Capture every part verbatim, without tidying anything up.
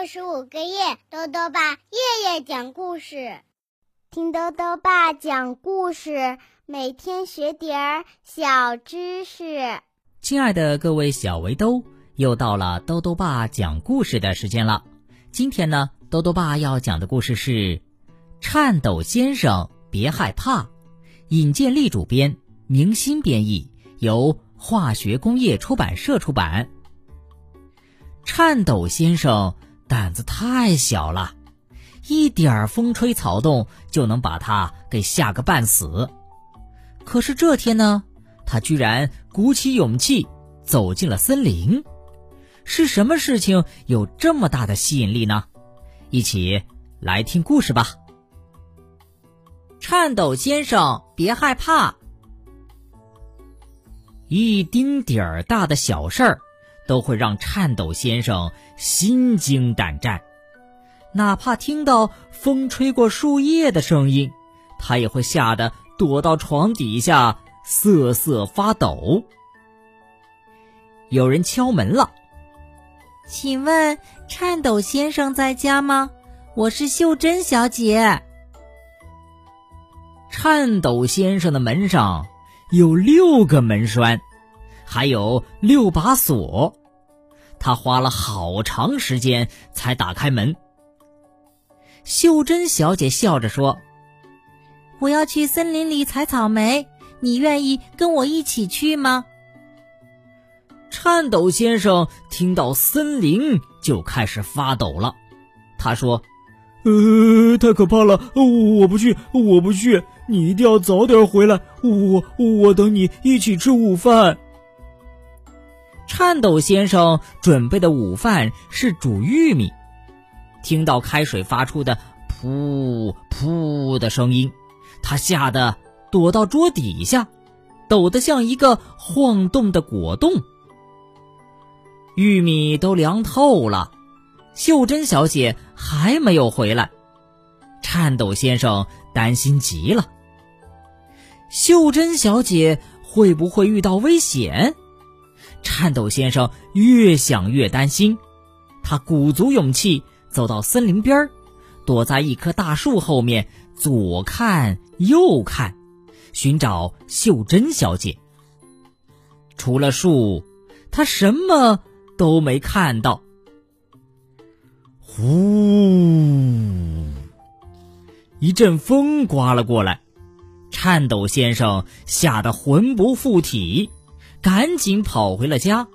六十五个夜，豆豆爸夜夜讲故事，听豆豆爸讲故事，每天学点儿小知识。 亲爱的各位小围兜，又到了豆豆爸讲故事的时间了。今天呢，豆豆爸要讲的故事是颤抖先生别害怕，尹建莉主编，明心编译，由化学工业出版社出版。颤抖先生胆子太小了，一点风吹草动就能把他给吓个半死。可是这天呢，他居然鼓起勇气走进了森林。是什么事情有这么大的吸引力呢？一起来听故事吧。颤抖先生别害怕。一丁点儿大的小事儿都会让颤抖先生心惊胆战，哪怕听到风吹过树叶的声音，他也会吓得躲到床底下瑟瑟发抖。有人敲门了。 请问颤抖先生在家吗？我是秀珍小姐。 颤抖先生的门上有六个门栓，还有六把锁，他花了好长时间才打开门。秀珍小姐笑着说： 我要去森林里采草莓，你愿意跟我一起去吗？ 颤抖先生听到森林就开始发抖了。他说：呃，太可怕了，我不去，我不去，你一定要早点回来，我我等你一起吃午饭。颤抖先生准备的午饭是煮玉米，听到开水发出的噗噗的声音，他吓得躲到桌底下，抖得像一个晃动的果冻。玉米都凉透了，秀珍小姐还没有回来，颤抖先生担心极了。秀珍小姐会不会遇到危险？颤抖先生越想越担心，他鼓足勇气走到森林边，躲在一棵大树后面，左看右看，寻找秀珍小姐。除了树，他什么都没看到。呼，一阵风刮了过来，颤抖先生吓得魂不附体，赶紧跑回了家。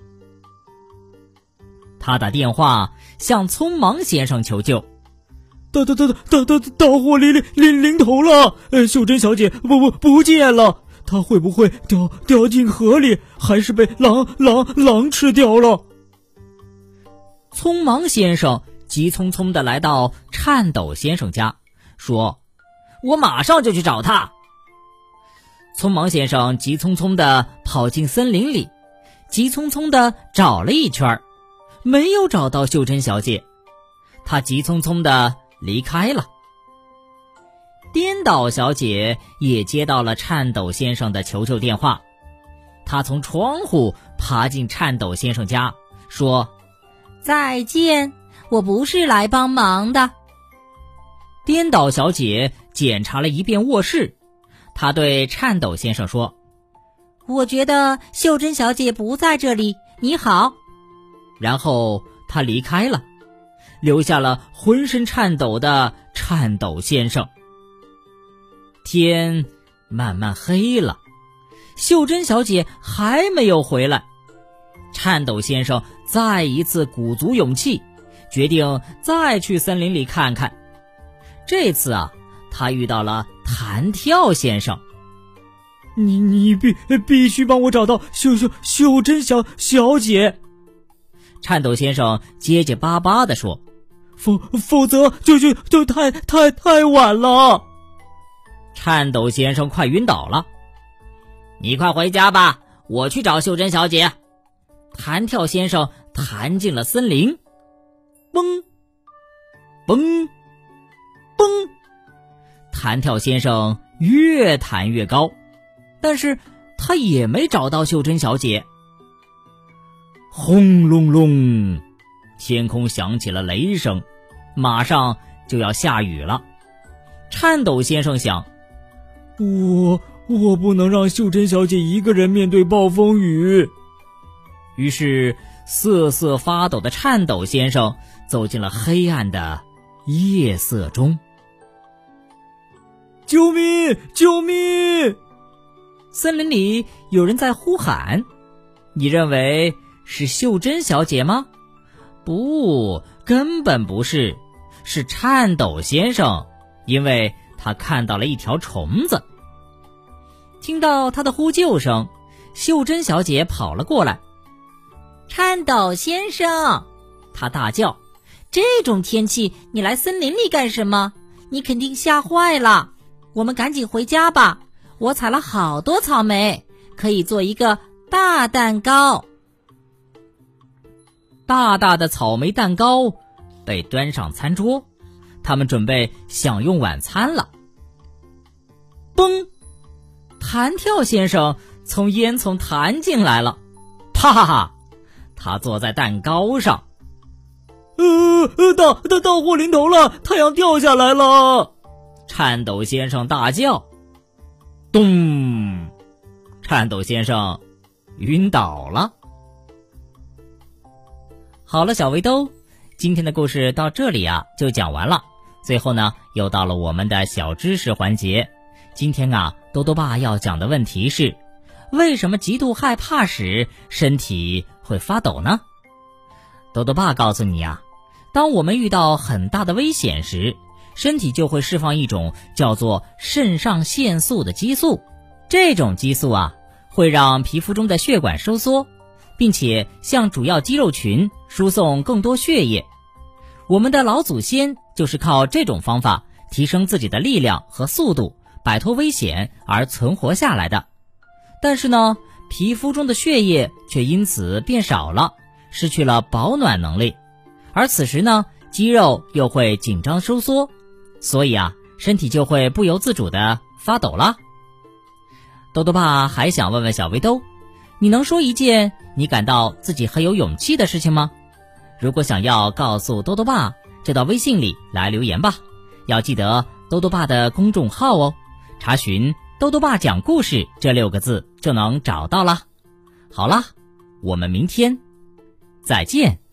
他打电话向匆忙先生求救。大大大大大大火临临临临头了，呃，秀珍小姐不不不见了，她会不会掉掉进河里，还是被狼狼狼吃掉了？匆忙先生急匆匆地来到颤抖先生家，说：我马上就去找他。匆忙先生急匆匆地跑进森林里，急匆匆地找了一圈，没有找到秀珍小姐，他急匆匆地离开了。颠倒小姐也接到了颤抖先生的求救电话，她从窗户爬进颤抖先生家，说： 再见，我不是来帮忙的。 颠倒小姐检查了一遍卧室，她对颤抖先生说： 我觉得秀珍小姐不在这里，你好。 然后她离开了，留下了浑身颤抖的颤抖先生。天慢慢黑了，秀珍小姐还没有回来。颤抖先生再一次鼓足勇气，决定再去森林里看看。这次啊，他遇到了弹跳先生。你你必必须帮我找到秀秀秀珍小小姐。颤抖先生结结巴巴地说：否否则就就就太太太晚了。颤抖先生快晕倒了。你快回家吧，我去找秀珍小姐。弹跳先生弹进了森林，嘣嘣嘣，弹跳先生越弹越高，但是他也没找到秀珍小姐。轰隆隆， 天空响起了雷声，马上就要下雨了。颤抖先生想，我我不能让秀珍小姐一个人面对暴风雨。于是瑟瑟发抖的颤抖先生走进了黑暗的夜色中。救命！救命！森林里有人在呼喊。你认为是秀珍小姐吗？不，根本不是，是颤抖先生，因为他看到了一条虫子。听到他的呼救声，秀珍小姐跑了过来。 颤抖先生， 他大叫， 这种天气你来森林里干什么？你肯定吓坏了。我们赶紧回家吧，我采了好多草莓，可以做一个大蛋糕。 大大的草莓蛋糕被端上餐桌，他们准备享用晚餐了。嘣！弹跳先生从烟囱弹进来了，啪哈哈！他坐在蛋糕上。呃，大大大祸临头了，太阳掉下来了！颤抖先生大叫。咚！颤抖先生晕倒了。好了，小围兜，今天的故事到这里啊就讲完了。最后呢，又到了我们的小知识环节。今天啊，多多爸要讲的问题是：为什么极度害怕时身体会发抖呢？多多爸告诉你啊，当我们遇到很大的危险时，身体就会释放一种叫做肾上腺素的激素。这种激素啊，会让皮肤中的血管收缩，并且向主要肌肉群输送更多血液。我们的老祖先就是靠这种方法提升自己的力量和速度，摆脱危险而存活下来的。但是呢，皮肤中的血液却因此变少了，失去了保暖能力。而此时呢，肌肉又会紧张收缩，所以啊，身体就会不由自主地发抖了。豆豆爸还想问问小围兜，你能说一件你感到自己很有勇气的事情吗？如果想要告诉豆豆爸，就到微信里来留言吧。要记得豆豆爸的公众号哦，查询豆豆爸讲故事这六个字就能找到了。好啦，我们明天再见。